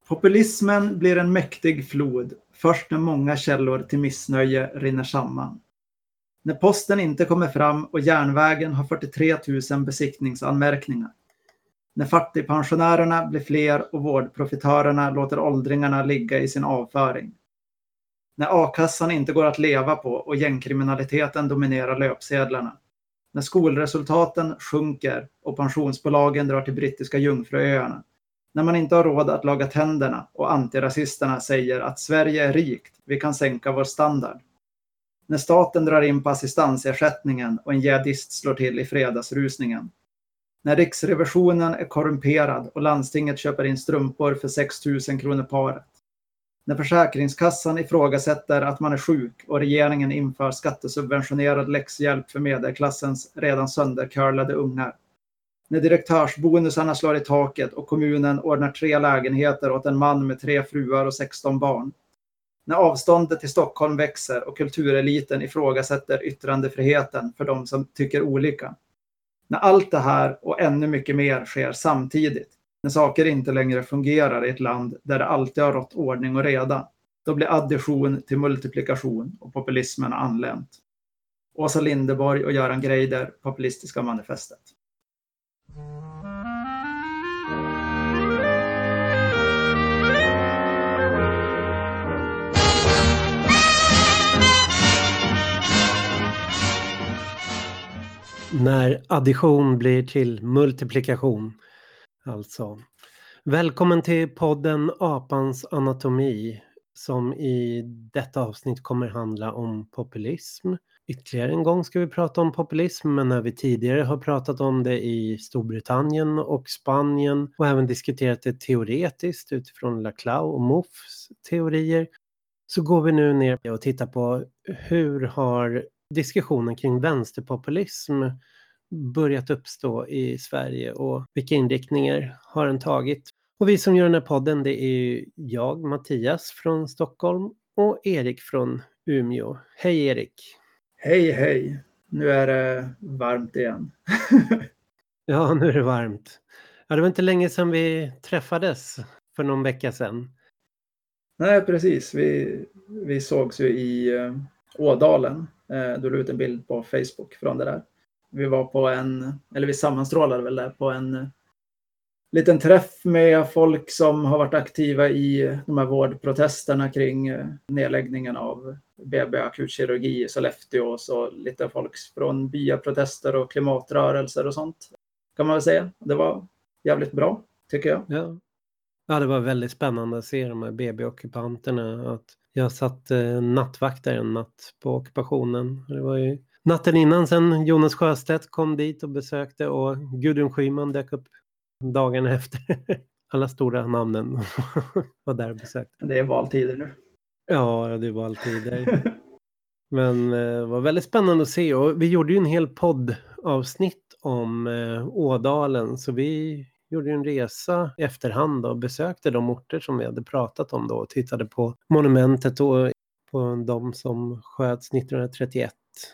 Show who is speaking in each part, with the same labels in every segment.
Speaker 1: Populismen blir en mäktig flod först när många källor till missnöje rinner samman. När posten inte kommer fram och järnvägen har 43 000 besiktningsanmärkningar. När fattigpensionärerna blir fler och vårdprofitörerna låter åldringarna ligga i sin avföring. När a-kassan inte går att leva på och gängkriminaliteten dominerar löpsedlarna. När skolresultaten sjunker och pensionsbolagen drar till brittiska Jungfruöarna. När man inte har råd att laga tänderna och antirasisterna säger att Sverige är rikt, vi kan sänka vår standard. När staten drar in på assistansersättningen och en jihadist slår till i fredagsrusningen. När Riksrevisionen är korrumperad och landstinget köper in strumpor för 6 000 kronor paret. När Försäkringskassan ifrågasätter att man är sjuk och regeringen inför skattesubventionerad läxhjälp för medelklassens redan sönderkörlade ungar. När direktörsbonusarna slår i taket och kommunen ordnar 3 lägenheter åt en man med 3 fruar och 16 barn. När avståndet till Stockholm växer och kultureliten ifrågasätter yttrandefriheten för de som tycker olika. När allt det här och ännu mycket mer sker samtidigt, när saker inte längre fungerar i ett land där det alltid har rått ordning och reda, då blir addition till multiplikation och populismen anlänt. Åsa Linderborg och Göran Greider, Populistiska manifestet.
Speaker 2: När addition blir till multiplikation. Alltså. Välkommen till podden Apans anatomi som i detta avsnitt kommer handla om populism. Ytterligare en gång ska vi prata om populism, men när vi tidigare har pratat om det i Storbritannien och Spanien och även diskuterat det teoretiskt utifrån Laclau och Moufs teorier, så går vi nu ner och tittar på hur har diskussionen kring vänsterpopulism börjat uppstå i Sverige och vilka inriktningar har den tagit. Och vi som gör den här podden, det är jag, Mattias från Stockholm, och Erik från Umeå. Hej Erik!
Speaker 1: Hej hej! Nu är det varmt igen.
Speaker 2: Ja, nu är det varmt. Ja, det var inte länge sedan vi träffades för någon vecka sedan.
Speaker 1: Nej, precis. Vi sågs ju i Ådalen. Du la ut en bild på Facebook från det där. Vi var på vi sammanstrålade väl där på en liten träff med folk som har varit aktiva i de här vårdprotesterna kring nedläggningen av BB akutkirurgi i Sollefteå, så lite folk från byaprotester och klimatrörelser och sånt, kan man väl säga. Det var jävligt bra, tycker jag.
Speaker 2: Ja, det var väldigt spännande att se de här BB-ockupanterna. Att jag satt nattvakt där en natt på ockupationen. Det var ju natten innan sen Jonas Sjöstedt kom dit och besökte, och Gudrun Schyman dök upp dagarna efter. Alla stora namnen var där och besökte.
Speaker 1: Det är valtider nu.
Speaker 2: Ja, det är valtider. Men det var väldigt spännande att se, och vi gjorde ju en hel poddavsnitt om Ådalen, så vi gjorde en resa i efterhand och besökte de orter som vi hade pratat om då och tittade på monumentet och på de som sköts 1931.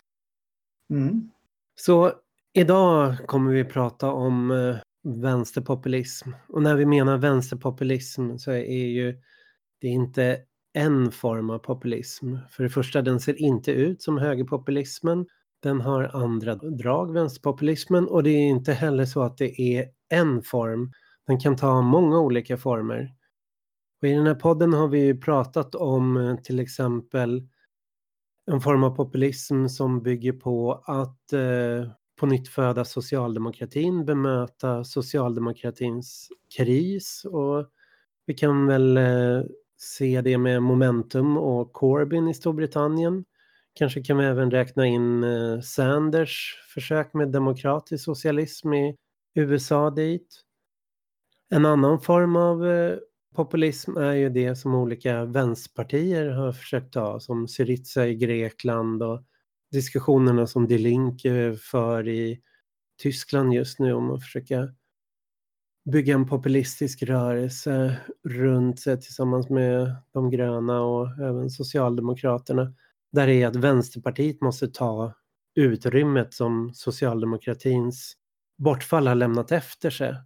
Speaker 1: Mm.
Speaker 2: Så idag kommer vi prata om vänsterpopulism. Och när vi menar vänsterpopulism så är ju det inte en form av populism. För det första, den ser inte ut som högerpopulismen. Den har andra drag, vänsterpopulismen, och det är inte heller så att det är en form. Den kan ta många olika former. Och i den här podden har vi pratat om till exempel en form av populism som bygger på att på nytt föda socialdemokratin, bemöta socialdemokratins kris, och vi kan väl se det med Momentum och Corbyn i Storbritannien. Kanske kan vi även räkna in Sanders försök med demokratisk socialism i USA dit. En annan form av populism är ju det som olika vänsterpartier har försökt ta, som Syriza i Grekland och diskussionerna som Die Linke för i Tyskland just nu om att försöka bygga en populistisk rörelse runt sig tillsammans med de gröna och även Socialdemokraterna. Där är att Vänsterpartiet måste ta utrymmet som socialdemokratins bortfall har lämnat efter sig.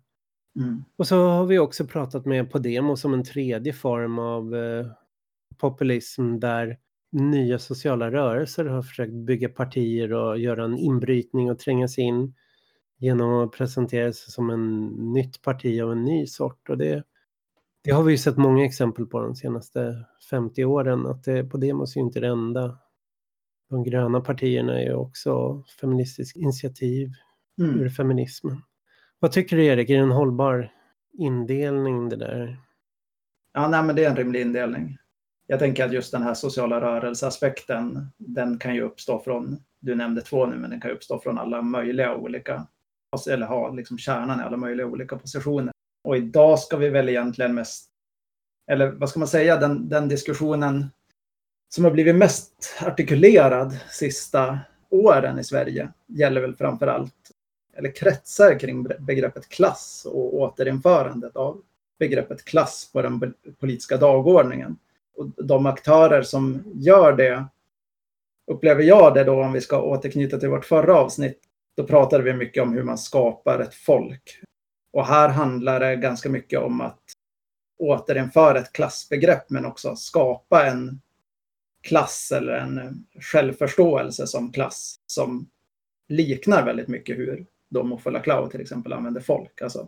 Speaker 2: Och så har vi också pratat med Podemos som en tredje form av populism där nya sociala rörelser har försökt bygga partier och göra en inbrytning och tränga sig in genom att presentera sig som en nytt parti av en ny sort. Och det har vi ju sett många exempel på de senaste 50 åren, att Podemos är ju inte det enda. De gröna partierna är ju också feministiskt initiativ ur feminismen. Vad tycker du, Erik? Är det en hållbar indelning det där?
Speaker 1: Ja, nej, men det är en rimlig indelning. Jag tänker att just den här sociala rörelseaspekten, den kan ju uppstå från, du nämnde 2 nu, men den kan ju uppstå från alla möjliga olika, eller ha liksom kärnan i alla möjliga olika positioner. Och idag ska vi väl egentligen mest, eller vad ska man säga, den diskussionen som har blivit mest artikulerad sista åren i Sverige gäller väl framförallt, eller kretsar kring begreppet klass och återinförandet av begreppet klass på den politiska dagordningen. Och de aktörer som gör det, upplever jag det då, om vi ska återknyta till vårt förra avsnitt, då pratade vi mycket om hur man skapar ett folk. Och här handlar det ganska mycket om att återinföra ett klassbegrepp, men också skapa en klass eller en självförståelse som klass som liknar väldigt mycket hur de och Laclau till exempel använder folk. Alltså.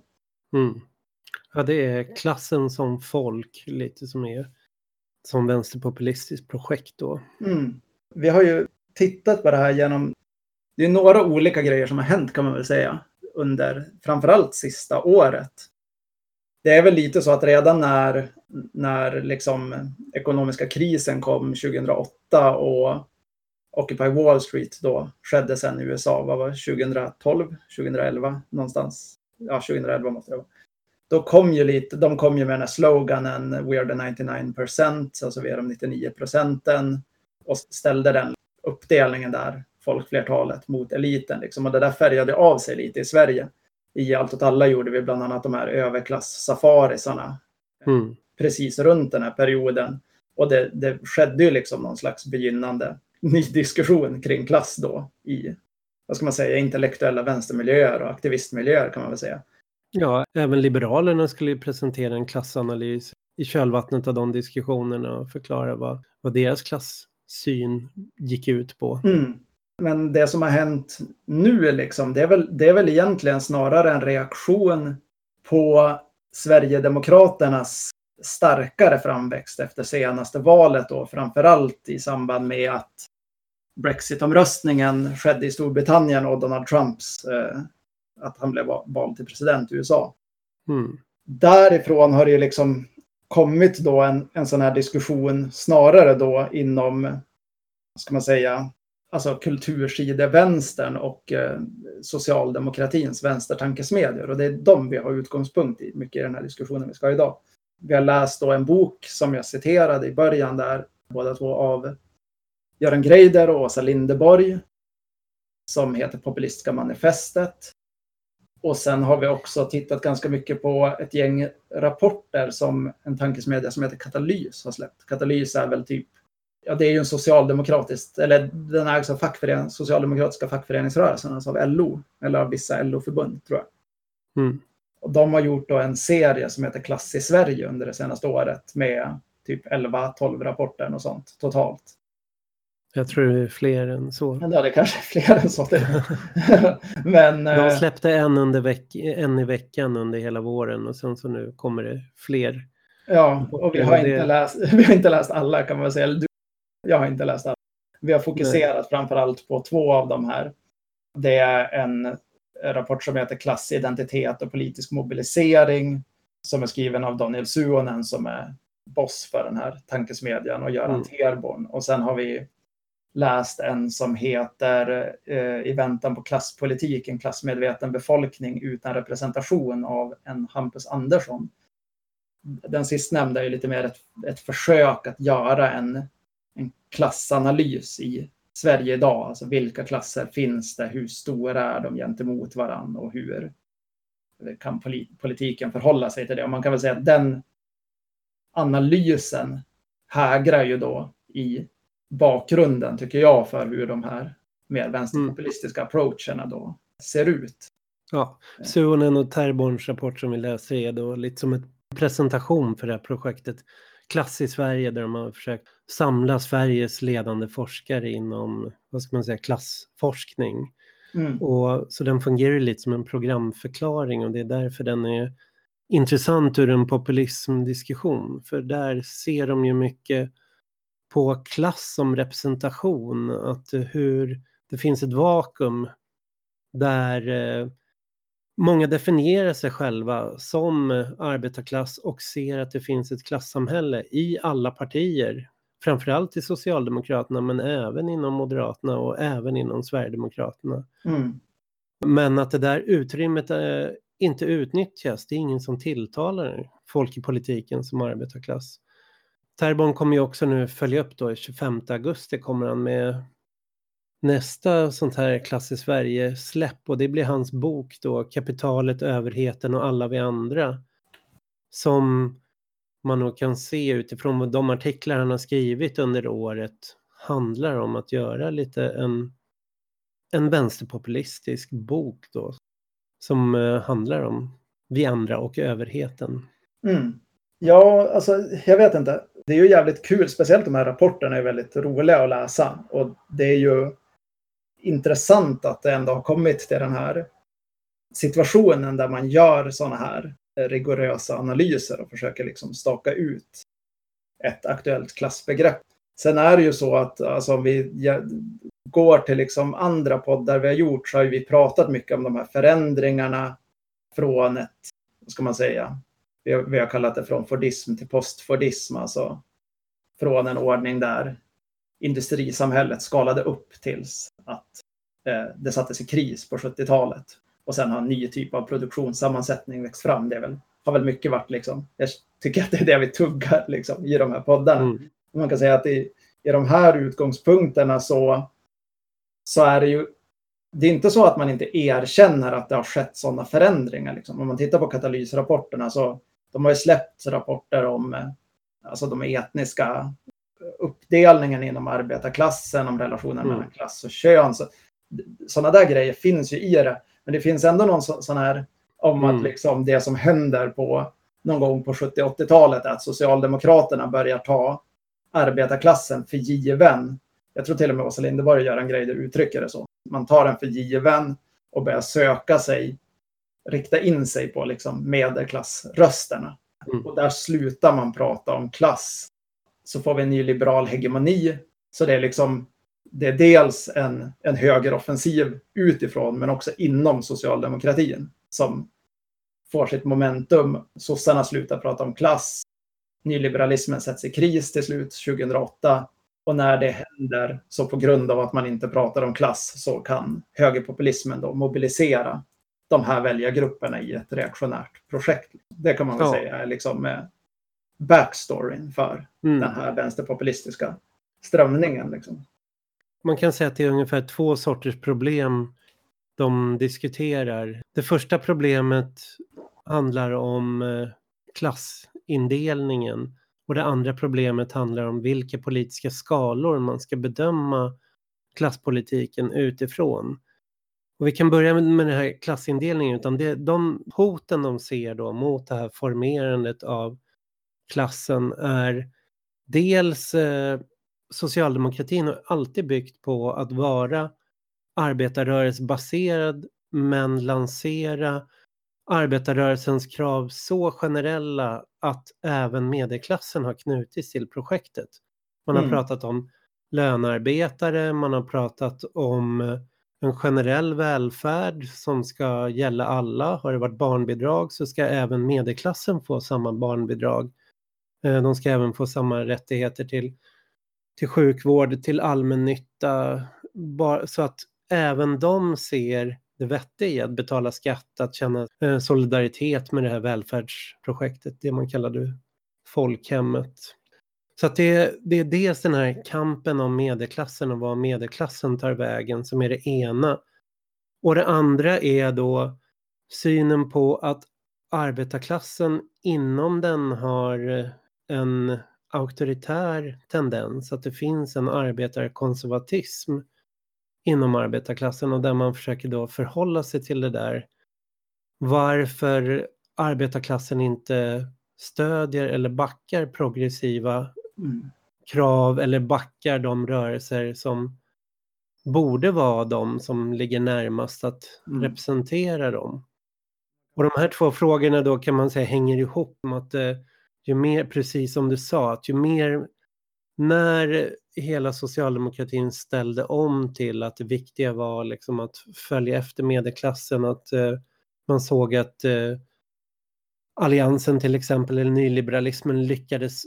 Speaker 2: Ja, det är klassen som folk lite som är som vänsterpopulistiskt projekt då.
Speaker 1: Vi har ju tittat på det här genom, det är några olika grejer som har hänt kan man väl säga under framförallt sista året. Det är väl lite så att redan när liksom ekonomiska krisen kom 2008 och Occupy Wall Street då skedde sen i USA, vad var det, 2012, 2011 någonstans. Ja, 2011 måste det vara. Då kom ju de kom ju med den här sloganen We are the 99%, alltså vi är de 99%, och ställde den uppdelningen där, folkflertalet mot eliten liksom. Och det där färgade av sig lite i Sverige. I Allt åt alla gjorde vi bland annat de här överklass-safarisarna precis runt den här perioden. Och det skedde ju liksom någon slags begynnande ny diskussion kring klass då i, vad ska man säga, intellektuella vänstermiljöer och aktivistmiljöer kan man väl säga.
Speaker 2: Ja, även Liberalerna skulle ju presentera en klassanalys i kölvattnet av de diskussionerna och förklara vad deras klassyn gick ut på.
Speaker 1: Men det som har hänt nu liksom, det är väl egentligen snarare en reaktion på Sverigedemokraternas starkare framväxt efter senaste valet och framförallt i samband med att Brexit-omröstningen skedde i Storbritannien och Donald Trumps att han blev vald till president i USA. Därifrån har det ju liksom kommit då en sån här diskussion snarare då inom, vad ska man säga, alltså kultursidevänstern och socialdemokratins vänstertankesmedjor. Och det är de vi har utgångspunkt i mycket i den här diskussionen vi ska ha idag. Vi har läst då en bok som jag citerade i början där, båda två av Göran Greider och Åsa Linderborg, som heter Populistiska manifestet. Och sen har vi också tittat ganska mycket på ett gäng rapporter som en tankesmedja som heter Katalys har släppt. Katalys är väl typ, ja det är ju en socialdemokratisk, eller den är också socialdemokratiska fackföreningsrörelsen, alltså av LO, eller av vissa LO-förbund tror jag. Och de har gjort då en serie som heter Klass i Sverige under det senaste året med typ 11-12 rapporter och sånt totalt.
Speaker 2: Jag tror det är fler än så.
Speaker 1: Ja, det kanske är fler än så. Men
Speaker 2: de släppte en i veckan under hela våren och sen så nu kommer det fler.
Speaker 1: Ja, och vi har inte läst alla kan man väl säga. Jag har inte läst alla. Vi har fokuserat framförallt på 2 av de här. Det är en rapport som heter Klass, identitet och politisk mobilisering som är skriven av Daniel Suonen som är boss för den här tankesmedjan och Göran Terborn. Och sen har vi läst en som heter I väntan på klasspolitik, en klassmedveten befolkning utan representation av en Hampus Andersson. Den sistnämnda är ju lite mer ett försök att göra en klassanalys i Sverige idag. Alltså vilka klasser finns det, hur stora är de gentemot varandra och hur kan politiken förhålla sig till det. Och man kan väl säga att den analysen hägrar ju då i bakgrunden tycker jag för hur de här mer vänsterpopulistiska approacherna då ser ut.
Speaker 2: Ja, Suhonen och Terborns rapport som vi läser är då lite som en presentation för det här projektet Klass i Sverige, där de har försökt samla Sveriges ledande forskare inom, vad ska man säga, klassforskning. Och så den fungerar lite som en programförklaring, och det är därför den är intressant ur en populismdiskussion. För där ser de ju mycket på klass som representation, att hur det finns ett vakuum där många definierar sig själva som arbetarklass och ser att det finns ett klassamhälle i alla partier. Framförallt i Socialdemokraterna, men även inom Moderaterna och även inom Sverigedemokraterna. Men att det där utrymmet inte utnyttjas, det är ingen som tilltalar folk i politiken som arbetarklass. Terborn kommer ju också nu följa upp då, 25 augusti kommer han med nästa sånt här Klass i Sverige släpp, och det blir hans bok då, Kapitalet, överheten och alla vi andra, som man nog kan se utifrån de artiklar han har skrivit under året handlar om att göra lite en vänsterpopulistisk bok då, som handlar om vi andra och överheten.
Speaker 1: Ja, alltså jag vet inte. Det är ju jävligt kul, speciellt de här rapporterna är väldigt roliga att läsa, och det är ju intressant att det ändå har kommit till den här situationen där man gör sådana här rigorösa analyser och försöker liksom staka ut ett aktuellt klassbegrepp. Sen är det ju så att alltså, om vi går till liksom andra poddar vi har gjort, så har vi pratat mycket om de här förändringarna från ett, vad ska man säga, vi har kallat det från fordism till postfordism, alltså från en ordning där industrisamhället skalade upp tills att det sattes i kris på 70-talet. Och sen har en ny typ av produktionssammansättning växt fram. Det har väl mycket varit liksom, jag tycker att det är det vi tuggar liksom, i de här poddarna. Man kan säga att i de här utgångspunkterna så är det ju, det är inte så att man inte erkänner att det har skett sådana förändringar. Liksom. Om man tittar på katalysrapporterna, så de har ju släppt rapporter om alltså de etniska uppdelningen inom arbetarklassen, om relationen mellan klass och kön. Sådana där grejer finns ju i det. Men det finns ändå någon sån här om att liksom det som händer på någon gång på 70-80-talet är att Socialdemokraterna börjar ta arbetarklassen för given. Jag tror till och med Åsa Linderborg gör en grej där uttrycker det så. Man tar den för given och börjar söka sig, rikta in sig på liksom medelklassrösterna. Och där slutar man prata om klass. Så får vi en nyliberal hegemoni. Så det är liksom, det är dels en högeroffensiv utifrån, men också inom socialdemokratin som får sitt momentum. Sossarna slutar prata om klass. Nyliberalismen sätts i kris till slut 2008. Och när det händer, så på grund av att man inte pratar om klass, så kan högerpopulismen då mobilisera de här väljargrupperna i ett reaktionärt projekt. Det kan man väl säga är liksom backstoryn för den här vänsterpopulistiska strömningen. Liksom.
Speaker 2: Man kan säga att det är ungefär 2 sorters problem de diskuterar. Det första problemet handlar om klassindelningen. Och det andra problemet handlar om vilka politiska skalor man ska bedöma klasspolitiken utifrån. Och vi kan börja med den här klassindelningen. Utan de hoten de ser då mot det här formerandet av klassen är dels socialdemokratin har alltid byggt på att vara arbetarrörelsebaserad, men lansera arbetarrörelsens krav så generella att även medelklassen har knutits till projektet. Man har pratat om lönearbetare, man har pratat om en generell välfärd som ska gälla alla. Har det varit barnbidrag så ska även medelklassen få samma barnbidrag. De ska även få samma rättigheter till sjukvård, till allmännytta, så att även de ser det vettiga i att betala skatt, att känna solidaritet med det här välfärdsprojektet, det man kallade folkhemmet. Så att det är dels den här kampen om medelklassen och vad medelklassen tar vägen som är det ena. Och det andra är då synen på att arbetarklassen inom den har en auktoritär tendens, att det finns en arbetarkonservatism inom arbetarklassen, och där man försöker då förhålla sig till det där varför arbetarklassen inte stödjer eller backar progressiva krav eller backar de rörelser som borde vara de som ligger närmast att representera dem. Och de här två frågorna då kan man säga hänger ihop med att ju mer, precis som du sa, att ju mer när hela socialdemokratin ställde om till att det viktiga var liksom att följa efter medelklassen, att man såg att alliansen till exempel, eller nyliberalismen lyckades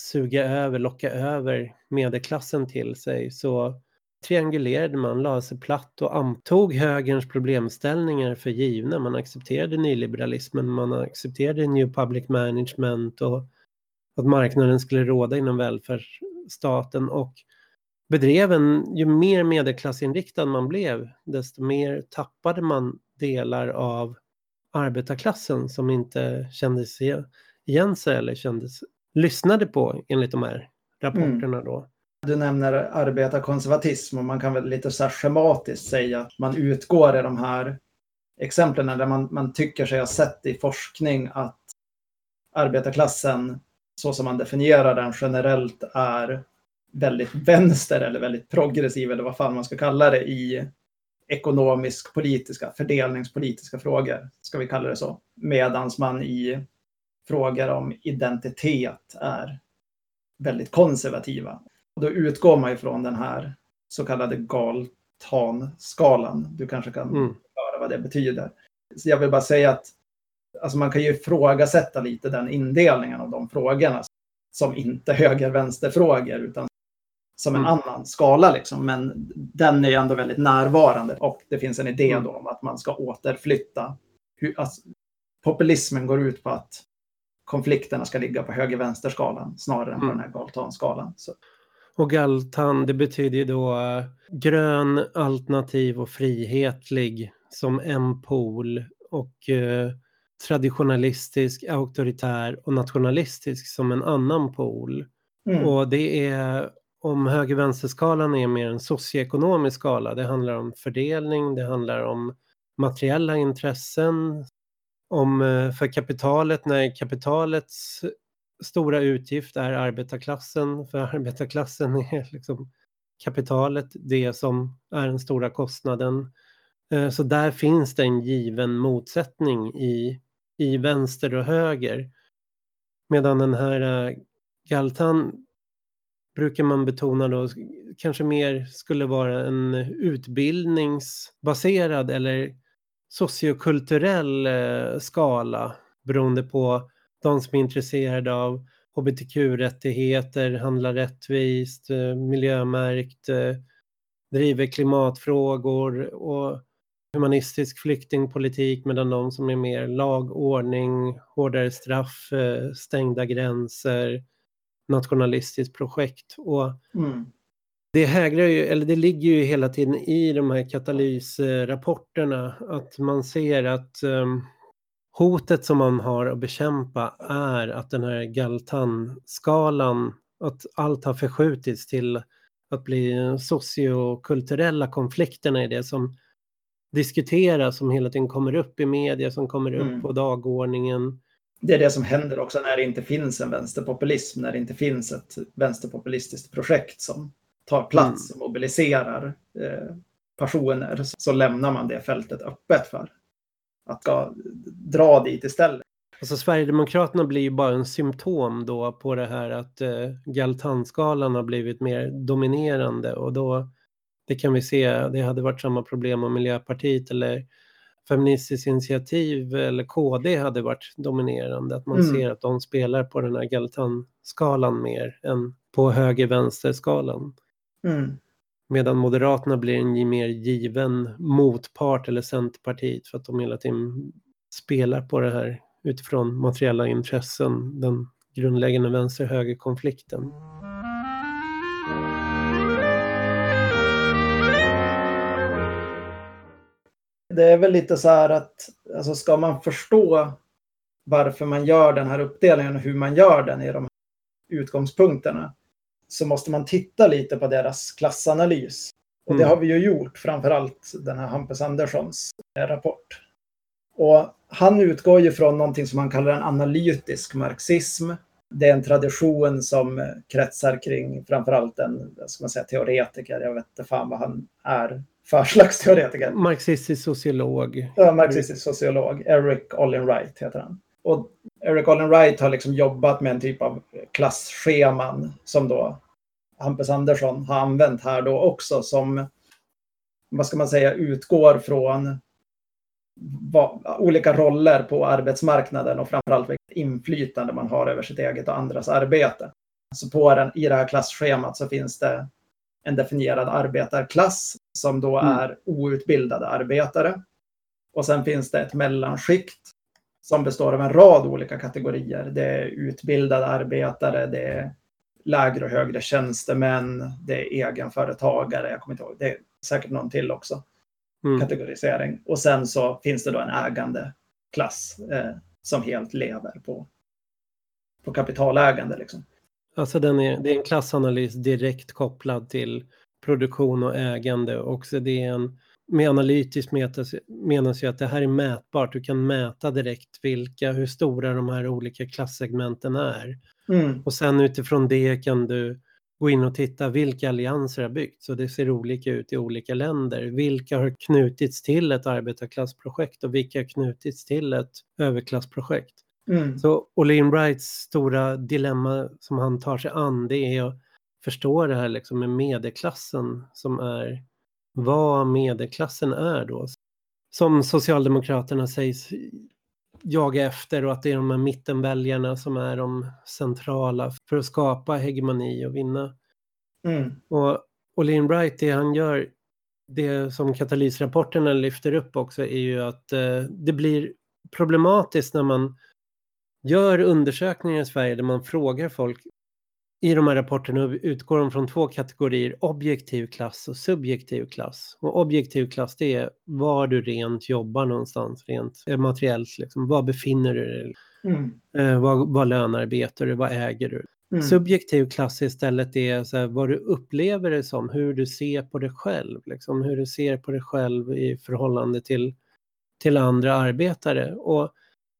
Speaker 2: locka över medelklassen till sig, så triangulerade man, la sig platt och antog högerns problemställningar för givna. Man accepterade nyliberalismen, man accepterade new public management och att marknaden skulle råda inom välfärdsstaten, och bedrev ju mer medelklassinriktad man blev, desto mer tappade man delar av arbetarklassen som inte kände sig igen sig eller lyssnade på enligt de här rapporterna då.
Speaker 1: Du nämner arbetarkonservatism, och man kan väl lite så här schematiskt säga att man utgår i de här exemplen där man tycker sig ha sett i forskning att arbetarklassen, så som man definierar den generellt, är väldigt vänster eller väldigt progressiv, eller vad fan man ska kalla det, i ekonomisk-politiska, fördelningspolitiska frågor, ska vi kalla det så. Medans man i frågor om identitet är väldigt konservativa. Och då utgår man ifrån den här så kallade Galtan-skalan. Du kanske kan höra vad det betyder. Så jag vill bara säga att alltså man kan ju ifrågasätta lite den indelningen av de frågorna som inte höger-vänster-frågor, utan som en annan skala liksom. Men den är ändå väldigt närvarande, och det finns en idé då om att man ska återflytta. Populismen går ut på att konflikterna ska ligga på höger-vänster-skalan snarare än på den här Galtan-skalan. Så.
Speaker 2: Och Galtan, det betyder ju då grön, alternativ och frihetlig som en pol, och traditionalistisk, auktoritär och nationalistisk som en annan pol. Och det är, om höger-vänster-skalan är mer en socioekonomisk skala, det handlar om fördelning, det handlar om materiella intressen, om för kapitalet, när kapitalets stora utgift är arbetarklassen, för arbetarklassen är liksom kapitalet det som är den stora kostnaden. Så där finns det en given motsättning i vänster och höger. Medan den här Galtan brukar man betona då kanske mer skulle vara en utbildningsbaserad eller sociokulturell skala, beroende på de som är intresserade av hbtq-rättigheter, handlar rättvist, miljömärkt, driver klimatfrågor och humanistisk flyktingpolitik, medan de som är mer lagordning, hårdare straff, stängda gränser, nationalistiskt projekt. Och det hägrar ju, eller det ligger ju hela tiden i de här katalysrapporterna att man ser att hotet som man har att bekämpa är att den här Galtan-skalan, att allt har förskjutits till att bli sociokulturella konflikterna i det som diskuteras, som hela tiden kommer upp i media, som kommer upp på dagordningen.
Speaker 1: Det är det som händer också när det inte finns en vänsterpopulism, när det inte finns ett vänsterpopulistiskt projekt som tar plats och mobiliserar personer, så lämnar man det fältet öppet för att ska dra dit istället.
Speaker 2: Alltså Sverigedemokraterna blir ju bara en symptom då på det här att Galtan-skalan har blivit mer dominerande, och då det kan vi se, det hade varit samma problem om Miljöpartiet eller Feministiskt initiativ eller KD hade varit dominerande, att man ser att de spelar på den här Galtan-skalan mer än på höger-vänster-skalan. Medan Moderaterna blir en mer given motpart, eller Centerpartiet, för att de hela tiden spelar på det här utifrån materiella intressen, den grundläggande vänster-höger-konflikten.
Speaker 1: Det är väl lite så här att alltså ska man förstå varför man gör den här uppdelningen och hur man gör den i de här utgångspunkterna, så måste man titta lite på deras klassanalys. Och det har vi ju gjort, framförallt den här Hampus Anderssons rapport. Och han utgår ju från någonting som han kallar en analytisk marxism. Det är en tradition som kretsar kring framförallt en, ska man säga, teoretiker. Jag vet inte fan vad han är för slags teoretiker.
Speaker 2: Marxistisk sociolog.
Speaker 1: Ja, marxistisk sociolog. Eric Olin Wright heter han. Och Eric Olin Wright har liksom jobbat med en typ av klassscheman som då Hampus Andersson har använt här då också, som, vad ska man säga, utgår från olika roller på arbetsmarknaden och framförallt vilket inflytande man har över sitt eget och andras arbete. Så i det här klasschemat så finns det en definierad arbetarklass som då är outbildade arbetare. Och sen finns det ett mellanskikt som består av en rad olika kategorier. Det är utbildade arbetare, det är lägre och högre tjänstemän, det är egenföretagare, jag kommer inte ihåg, det är säkert någon till också. Kategorisering. Och sen så finns det då en ägande klass som helt lever på kapitalägande liksom.
Speaker 2: Alltså det är en klassanalys direkt kopplad till produktion och ägande. Också med analytiskt menas ju att det här är mätbart. Du kan mäta direkt hur stora de här olika klassegmenten är. Och sen utifrån det kan du gå in och titta vilka allianser har byggts. Så det ser olika ut i olika länder. Vilka har knutits till ett arbetarklassprojekt och vilka har knutits till ett överklassprojekt. Så Olin Wrights stora dilemma som han tar sig an, det är att förstå det här liksom med medelklassen som är vad medelklassen är då. Som Socialdemokraterna sägs jaga efter, och att det är de här mittenväljarna som är de centrala för att skapa hegemoni och vinna. Och Olin Wright, det han gör, det som katalysrapporterna lyfter upp också, är ju att det blir problematiskt när man gör undersökningar i Sverige där man frågar folk i de här rapporterna, utgår de från 2 kategorier: objektiv klass och subjektiv klass. Och objektiv klass, det är var du rent jobbar någonstans, rent materiellt liksom. Var befinner du dig? Vad lönearbetar du? Vad äger du? Subjektiv klass istället är så här, vad du upplever det som, hur du ser på dig själv liksom, hur du ser på dig själv i förhållande till andra arbetare. Och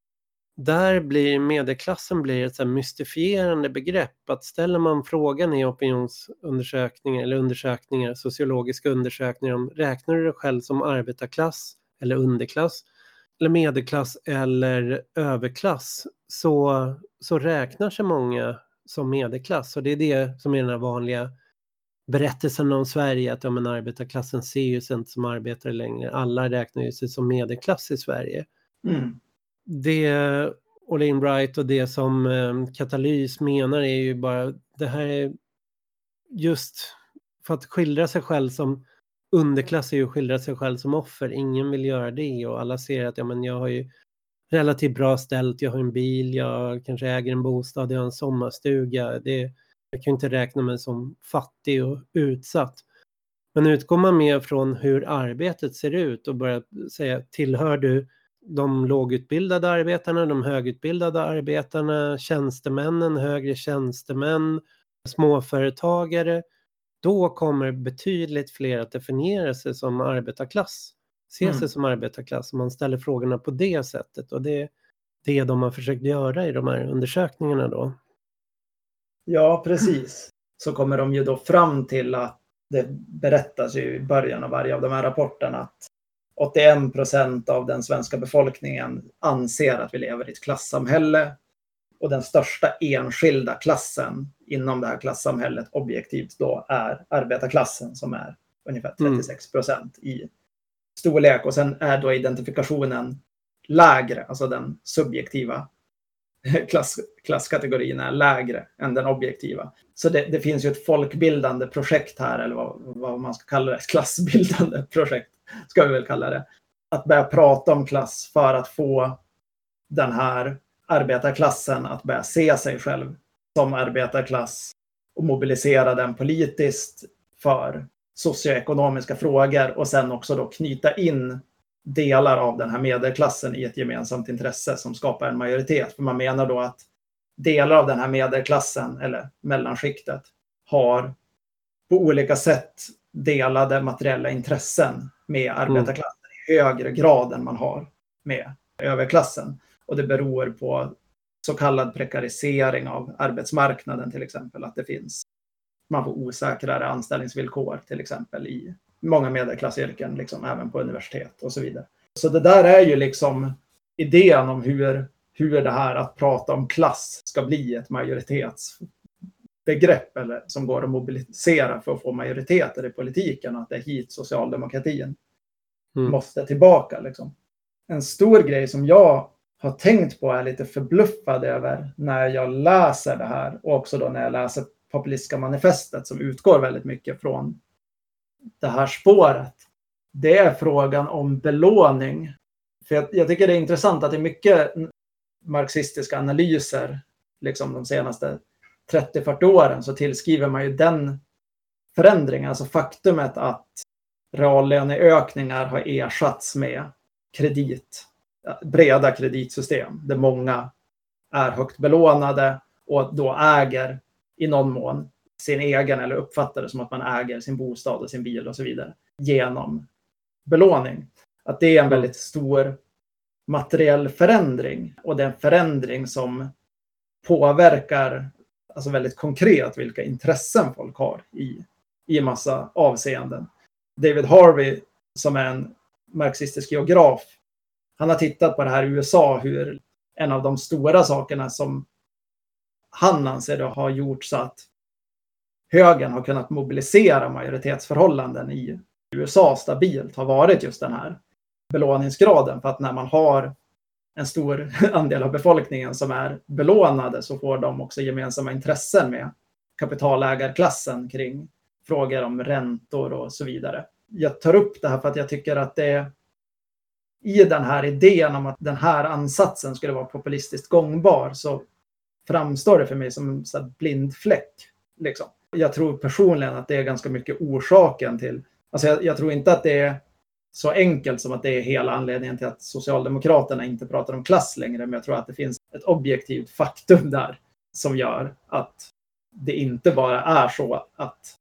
Speaker 2: där blir medelklassen ett så här mystifierande begrepp. Att ställer man frågan i opinionsundersökningar eller undersökningar, sociologiska undersökningar, om räknar du dig själv som arbetarklass eller underklass eller medelklass eller överklass, så räknar sig många som medelklass. Och det är det som är den här vanliga berättelsen om Sverige, att arbetarklassen ser ju sig inte som arbetare längre. Alla räknar ju sig som medelklass i Sverige. Det Olin Wright och det som Katalys menar är ju bara, det här är just för att skildra sig själv som underklass är ju att skildra sig själv som offer. Ingen vill göra det, och alla ser att jag har ju relativt bra ställt, jag har en bil, jag kanske äger en bostad, jag har en sommarstuga. Jag kan inte räkna mig som fattig och utsatt. Men utgår man mer från hur arbetet ser ut och börjar säga, tillhör du de lågutbildade arbetarna, de högutbildade arbetarna, tjänstemännen, högre tjänstemän, småföretagare, då kommer betydligt fler att definiera sig som arbetarklass. Se sig som arbetarklass, om man ställer frågorna på det sättet. Och det är det de har försökt göra i de här undersökningarna då.
Speaker 1: Ja, precis. Så kommer de ju då fram till att det berättas ju i början av varje av de här rapporterna att 81% av den svenska befolkningen anser att vi lever i ett klassamhälle. Och den största enskilda klassen inom det här klassamhället objektivt då är arbetarklassen, som är ungefär 36% i storlek. Och sen är då identifikationen lägre, alltså den subjektiva klasskategorin är lägre än den objektiva. Så det finns ju ett folkbildande projekt här, eller vad man ska kalla det, ett klassbildande projekt ska vi väl kalla det. Att börja prata om klass för att få den här arbetarklassen att börja se sig själv som arbetarklass och mobilisera den politiskt för socioekonomiska frågor, och sen också då knyta in delar av den här medelklassen i ett gemensamt intresse som skapar en majoritet. För man menar då att delar av den här medelklassen eller mellanskiktet har på olika sätt delade materiella intressen med arbetarklassen i högre grad än man har med överklassen. Och det beror på så kallad prekarisering av arbetsmarknaden till exempel. Att det finns, man får osäkrare anställningsvillkor till exempel i många medelklassyrken, liksom, även på universitet och så vidare. Så det där är ju liksom idén om hur det här att prata om klass ska bli ett majoritetsbegrepp eller som går att mobilisera för att få majoriteter i politiken, att det är hit socialdemokratin måste tillbaka. Liksom. En stor grej som jag har tänkt på är lite förbluffad över när jag läser det här och också då när jag läser Populistiska manifestet som utgår väldigt mycket från det här spåret. Det är frågan om belåning. För jag tycker det är intressant att det är mycket marxistiska analyser liksom de senaste 30-40 åren så tillskriver man ju den förändringen, alltså faktumet att reallöneökningar har ersatts med breda kreditsystem där många är högt belånade och då äger i någon mån sin egen eller uppfattar det som att man äger sin bostad och sin bil och så vidare genom belåning. Att det är en väldigt stor materiell förändring och det är en förändring som påverkar alltså väldigt konkret vilka intressen folk har i massa avseenden. David Harvey som är en marxistisk geograf, han har tittat på det här i USA, hur en av de stora sakerna som han anser det har gjort så att högern har kunnat mobilisera majoritetsförhållanden i USA stabilt har varit just den här belåningsgraden. För att när man har en stor andel av befolkningen som är belånade så får de också gemensamma intressen med kapitalägarklassen kring frågor om räntor och så vidare. Jag tar upp det här för att jag tycker att det i den här idén om att den här ansatsen skulle vara populistiskt gångbar så framstår det för mig som en så blind fläck. Liksom. Jag tror personligen att det är ganska mycket orsaken till, alltså jag tror inte att det är så enkelt som att det är hela anledningen till att Socialdemokraterna inte pratar om klass längre, men jag tror att det finns ett objektivt faktum där som gör att det inte bara är så att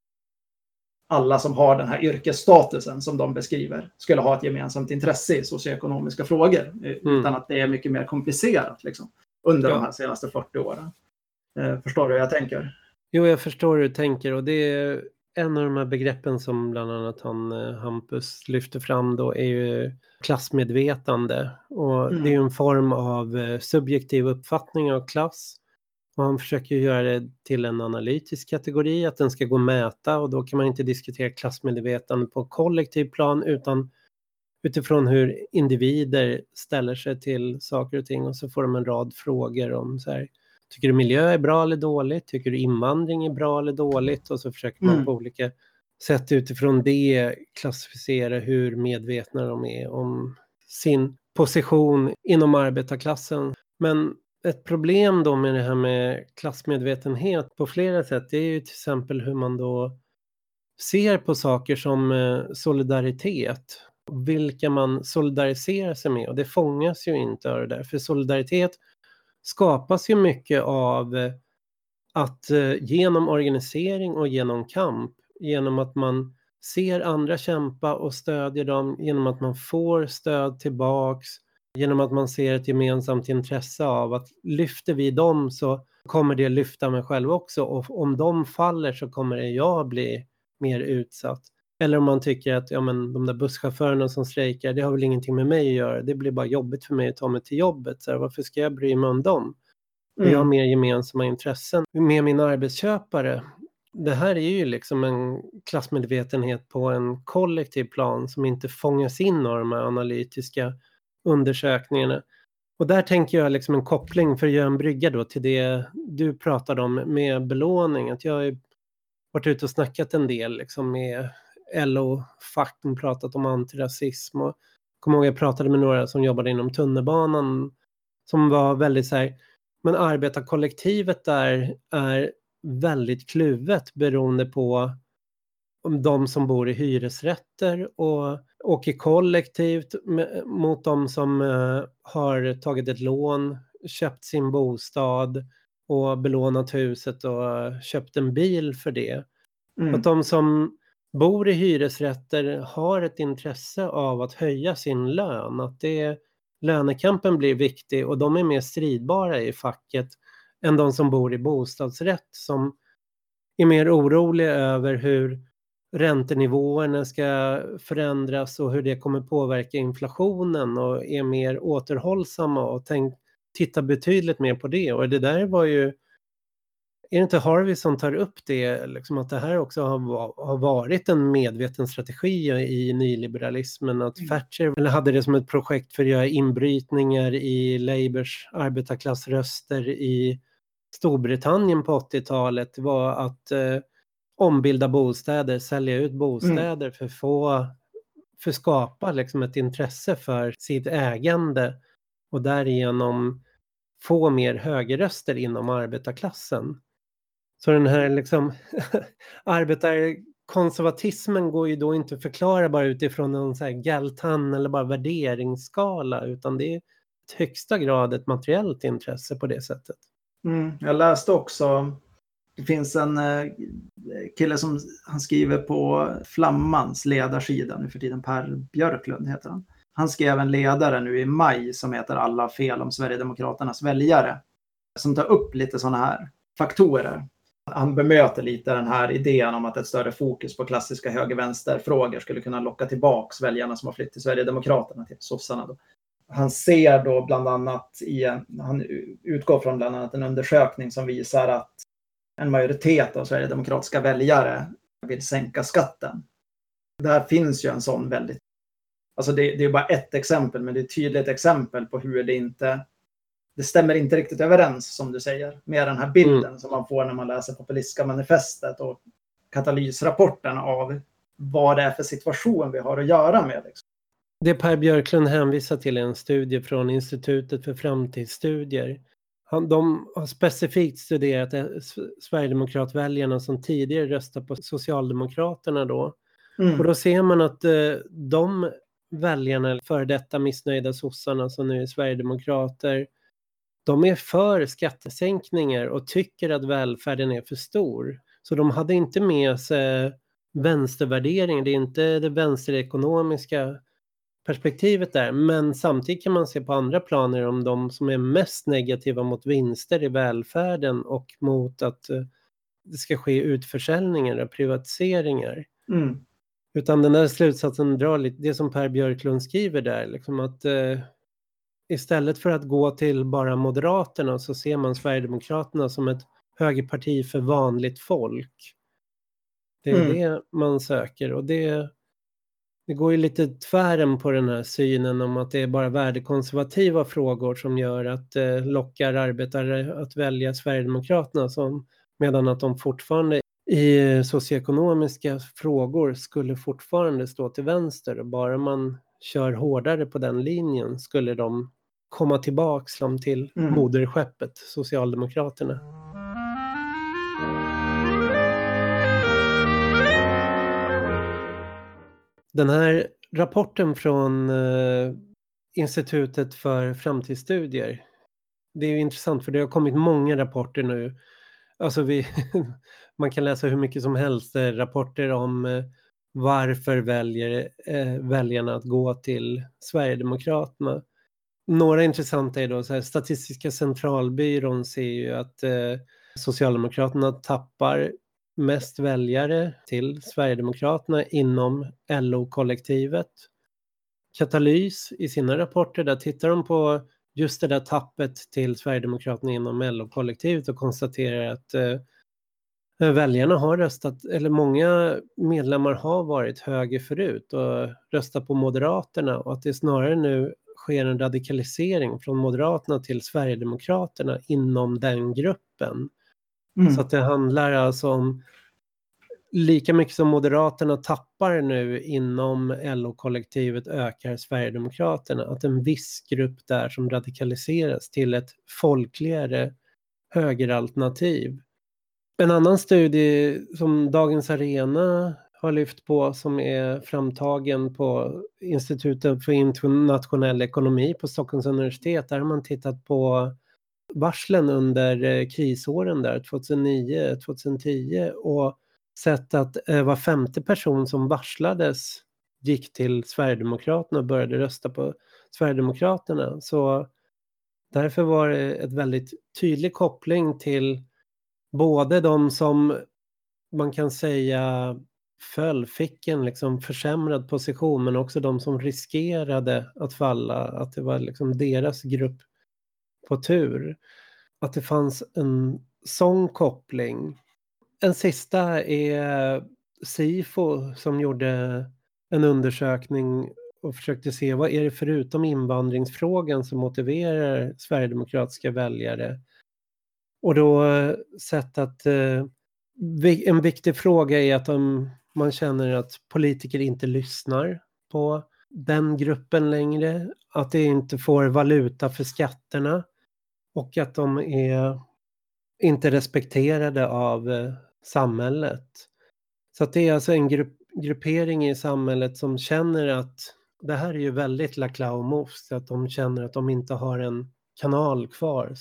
Speaker 1: alla som har den här yrkesstatusen som de beskriver skulle ha ett gemensamt intresse i socioekonomiska frågor, utan att det är mycket mer komplicerat liksom, under de här senaste 40 åren. Förstår du hur jag tänker?
Speaker 2: Jo, jag förstår hur du tänker och det är en av de här begreppen som bland annat Hampus lyfter fram då är ju klassmedvetande och det är ju en form av subjektiv uppfattning av klass. Och han försöker göra det till en analytisk kategori, att den ska gå att mäta och då kan man inte diskutera klassmedvetande på kollektiv plan utan utifrån hur individer ställer sig till saker och ting och så får de en rad frågor om så här, tycker du miljö är bra eller dåligt? Tycker du invandring är bra eller dåligt? Och så försöker man på olika sätt utifrån det klassificera hur medvetna de är om sin position inom arbetarklassen. Men ett problem då med det här med klassmedvetenhet på flera sätt det är ju till exempel hur man då ser på saker som solidaritet. Vilka man solidariserar sig med och det fångas ju inte av det där. För solidaritet skapas ju mycket av att genom organisering och genom kamp, genom att man ser andra kämpa och stödjer dem, genom att man får stöd tillbaks, genom att man ser ett gemensamt intresse av att lyfter vi dem så kommer det lyfta mig själv också och om de faller så kommer jag bli mer utsatt. Eller om man tycker att ja, men de där busschaufförerna som strejkar, det har väl ingenting med mig att göra. Det blir bara jobbigt för mig att ta mig till jobbet. Så här, varför ska jag bry mig om dem? Jag har mer gemensamma intressen med min arbetsköpare. Det här är ju liksom en klassmedvetenhet på en kollektiv plan som inte fångas in av de här analytiska undersökningarna. Och där tänker jag liksom en koppling för att göra en brygga då till det du pratade om med belåning. Att jag har varit ute och snackat en del liksom med LO-fack, pratat om antirasism och kommer ihåg jag pratade med några som jobbade inom tunnelbanan som var väldigt så här, men arbetarkollektivet där är väldigt kluvet beroende på om de som bor i hyresrätter och åker kollektivt mot de som har tagit ett lån, köpt sin bostad och belånat huset och köpt en bil för det. Att de som bor i hyresrätter har ett intresse av att höja sin lön. Att det lönekampen blir viktig och de är mer stridbara i facket än de som bor i bostadsrätt som är mer oroliga över hur räntenivåerna ska förändras och hur det kommer påverka inflationen och är mer återhållsamma och titta betydligt mer på det. Och det där var ju, är det inte Harvey som tar upp det, liksom att det här också har varit en medveten strategi i nyliberalismen, att Thatcher hade det som ett projekt för att göra inbrytningar i Labours arbetarklassröster i Storbritannien på 80-talet var att ombilda bostäder, sälja ut bostäder för att skapa liksom ett intresse för sitt ägande och därigenom få mer högerröster inom arbetarklassen. Så den här liksom arbetarkonservatismen går ju då inte att förklara bara utifrån en så här Galtan eller bara värderingsskala, utan det är ett högsta grad ett materiellt intresse på det sättet.
Speaker 1: Jag läste också, det finns en kille som han skriver på Flammans ledarsida nu för tiden, Per Björklund heter han. Han skrev en ledare nu i maj som heter Alla fel om Sverigedemokraternas väljare, som tar upp lite sådana här faktorer. Han bemöter lite den här idén om att ett större fokus på klassiska höger-vänster-frågor skulle kunna locka tillbaks väljarna som har flytt till Sverigedemokraterna, till sossarna då. Han ser då bland annat han utgår från bland annat en undersökning som visar att en majoritet av sverigedemokratiska väljare vill sänka skatten. Där finns ju en sån väldigt, alltså det är bara ett exempel, men det är ett tydligt exempel på hur det stämmer inte riktigt överens, som du säger, med den här bilden som man får när man läser Populistiska manifestet och katalysrapporten av vad det är för situation vi har att göra med. Liksom.
Speaker 2: Det Per Björklund hänvisar till är en studie från Institutet för framtidsstudier. De har specifikt studerat Sverigedemokratväljarna som tidigare röstade på Socialdemokraterna då. Och då ser man att de väljarna, för detta missnöjda sossarna som nu är Sverigedemokrater, de är för skattesänkningar och tycker att välfärden är för stor. Så de hade inte med sig vänstervärdering, det är inte det vänsterekonomiska perspektivet där, men samtidigt kan man se på andra planer om de som är mest negativa mot vinster i välfärden och mot att det ska ske utförsäljningar och privatiseringar. Utan den här slutsatsen drar lite det som Per Björklund skriver där, liksom att istället för att gå till bara Moderaterna så ser man Sverigedemokraterna som ett högerparti för vanligt folk. Det är det man söker, och det går ju lite tvären på den här synen om att det är bara värdekonservativa frågor som gör att lockar arbetare att välja Sverigedemokraterna, medan att de fortfarande i socioekonomiska frågor skulle fortfarande stå till vänster, och bara man kör hårdare på den linjen skulle de komma tillbaks till moderskeppet Socialdemokraterna. Den här rapporten från Institutet för framtidsstudier, det är ju intressant för det har kommit många rapporter nu. Alltså man kan läsa hur mycket som helst rapporter om varför väljarna att gå till Sverigedemokraterna. Några intressanta är då så här, Statistiska centralbyrån ser ju att Socialdemokraterna tappar mest väljare till Sverigedemokraterna inom LO-kollektivet. Katalys i sina rapporter, där tittar de på just det där tappet till Sverigedemokraterna inom LO-kollektivet och konstaterar att väljarna har röstat, eller många medlemmar har varit höger förut och röstat på Moderaterna, och att det snarare nu sker en radikalisering från Moderaterna till Sverigedemokraterna inom den gruppen. Så att det handlar alltså om lika mycket som Moderaterna tappar nu inom LO-kollektivet ökar Sverigedemokraterna. Att en viss grupp där som radikaliseras till ett folkligare högeralternativ. En annan studie som Dagens Arena har lyft på, som är framtagen på Institutet för internationell ekonomi på Stockholms universitet, där har man tittat på varslen under krisåren där 2009-2010 och sett att var femte person som varslades gick till Sverigedemokraterna och började rösta på Sverigedemokraterna. Så därför var det ett väldigt tydlig koppling till både de som man kan säga fick en liksom försämrad position, men också de som riskerade att falla, att det var liksom deras grupp på tur. Att det fanns en sån koppling. En sista är Sifo som gjorde en undersökning och försökte se vad är det förutom invandringsfrågan som motiverar sverigedemokratiska väljare. Och då sett att en viktig fråga är att man känner att politiker inte lyssnar på den gruppen längre. Att det inte får valuta för skatterna. Och att de är inte respekterade av samhället. Så att det är alltså en gruppering i samhället som känner att det här är ju väldigt Laclau-most. Att de känner att de inte har en kanal kvar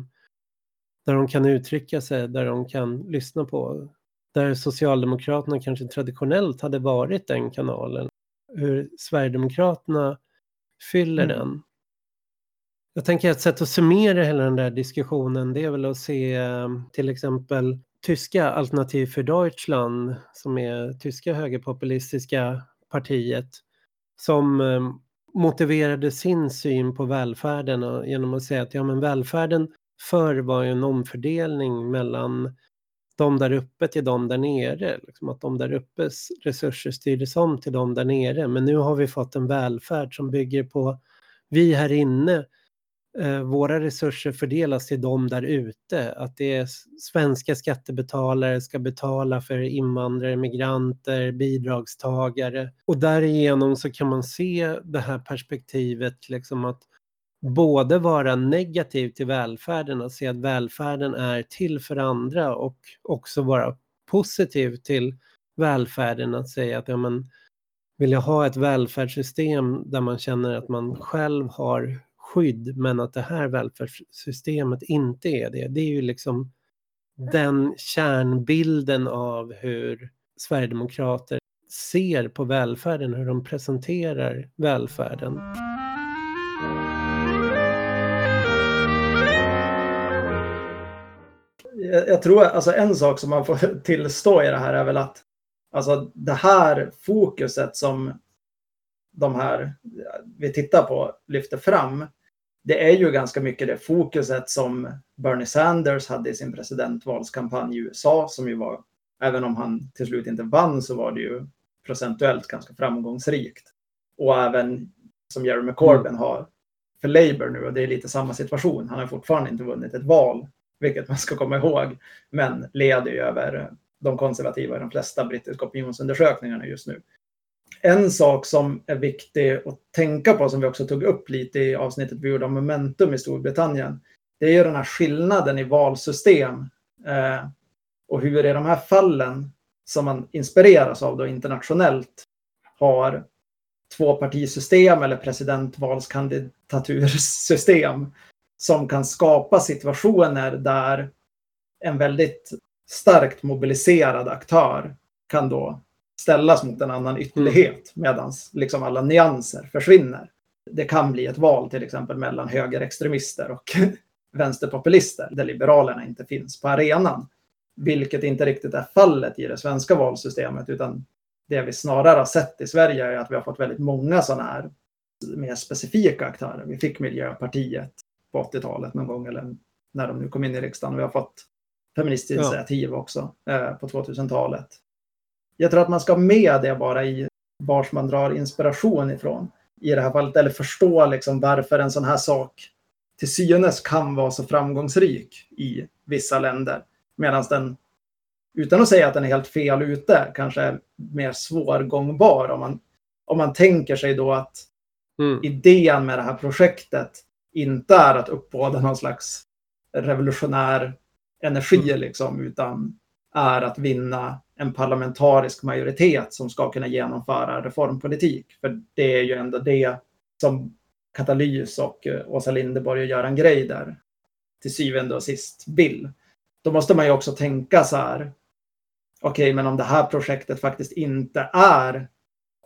Speaker 2: där de kan uttrycka sig, där de kan lyssna på. Där Socialdemokraterna kanske traditionellt hade varit den kanalen. Hur Sverigedemokraterna fyller den. Jag tänker att ett sätt att summera hela den där diskussionen, det är väl att se till exempel tyska Alternativ för Deutschland, som är tyska högerpopulistiska partiet, som motiverade sin syn på välfärden genom att säga att välfärden förr var ju en omfördelning mellan de där uppe till de där nere. Liksom att de där uppes resurser styrdes om till de där nere. Men nu har vi fått en välfärd som bygger på vi här inne. Våra resurser fördelas till de där ute. Att det är svenska skattebetalare ska betala för invandrare, migranter, bidragstagare. Och därigenom så kan man se det här perspektivet liksom att både vara negativ till välfärden och se att välfärden är till för andra och också vara positiv till välfärden, att säga att vill jag ha ett välfärdssystem där man känner att man själv har skydd men att det här välfärdssystemet inte är det. Det är ju liksom den kärnbilden av hur Sverigedemokrater ser på välfärden, hur de presenterar välfärden.
Speaker 1: Jag tror alltså en sak som man får tillstå i det här är väl att alltså det här fokuset som de här vi tittar på lyfter fram, det är ju ganska mycket det fokuset som Bernie Sanders hade i sin presidentvalskampanj i USA, som ju var, även om han till slut inte vann, så var det ju procentuellt ganska framgångsrikt. Och även som Jeremy Corbyn har för Labour nu, och det är lite samma situation. Han har fortfarande inte vunnit ett val, vilket man ska komma ihåg, men leder ju över de konservativa i de flesta brittiska opinionsundersökningarna just nu. En sak som är viktig att tänka på, som vi också tog upp lite i avsnittet vi gjorde om momentum i Storbritannien, det är ju den här skillnaden i valsystem och hur i de här fallen som man inspireras av då internationellt har tvåpartisystem eller presidentvalskandidatursystem som kan skapa situationer där en väldigt starkt mobiliserad aktör kan då ställas mot en annan ytterlighet medan liksom alla nyanser försvinner. Det kan bli ett val till exempel mellan högerextremister och vänsterpopulister där liberalerna inte finns på arenan. Vilket inte riktigt är fallet i det svenska valsystemet, utan det vi snarare har sett i Sverige är att vi har fått väldigt många sådana här mer specifika aktörer. Vi fick Miljöpartiet på 80-talet någon gång, eller när de nu kom in i riksdagen. Vi har fått Feministinitiativ också på 2000-talet. Jag tror att man ska ha med det bara i vars man drar inspiration ifrån i det här fallet, eller förstå liksom varför en sån här sak till synes kan vara så framgångsrik i vissa länder, medan den, utan att säga att den är helt fel ute, kanske är mer svårgångbar om man tänker sig då att idén med det här projektet inte är att uppbåda någon slags revolutionär energi liksom, utan är att vinna en parlamentarisk majoritet som ska kunna genomföra reformpolitik. För det är ju ändå det som Katalys och Åsa Linderborg och Göran Greider till syvende och sist vill. Då måste man ju också tänka så här, okej, men om det här projektet faktiskt inte är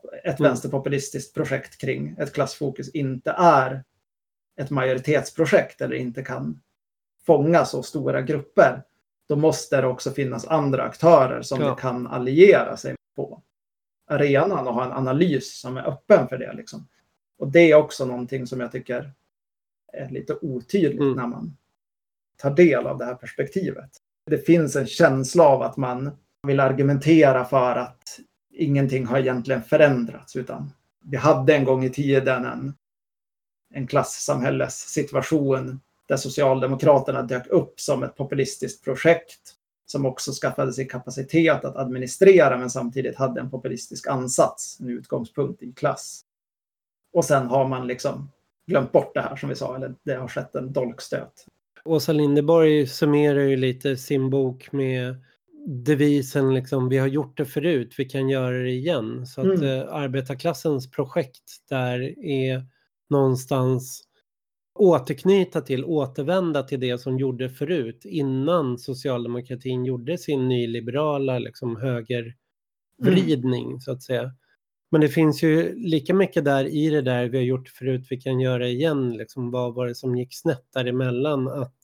Speaker 1: ett vänsterpopulistiskt projekt kring ett klassfokus inte är ett majoritetsprojekt eller inte kan fånga så stora grupper, då måste det också finnas andra aktörer som det kan alliera sig på arenan och ha en analys som är öppen för det. Liksom. Och det är också någonting som jag tycker är lite otydligt när man tar del av det här perspektivet. Det finns en känsla av att man vill argumentera för att ingenting har egentligen förändrats, utan vi hade en gång i tiden en klassamhällessituation där Socialdemokraterna dök upp som ett populistiskt projekt som också skaffade sig kapacitet att administrera men samtidigt hade en populistisk ansats, en utgångspunkt i klass. Och sen har man liksom glömt bort det här som vi sa, eller det har skett en dolkstöt.
Speaker 2: Åsa Linderborg summerar ju lite sin bok med devisen liksom, vi har gjort det förut, vi kan göra det igen. Så att arbetarklassens projekt där är någonstans återvända till det som gjorde förut innan socialdemokratin gjorde sin nyliberala liksom, högervridning så att säga. Men det finns ju lika mycket där i det där vi har gjort förut, vi kan göra igen. Liksom, vad var det som gick snett däremellan? Att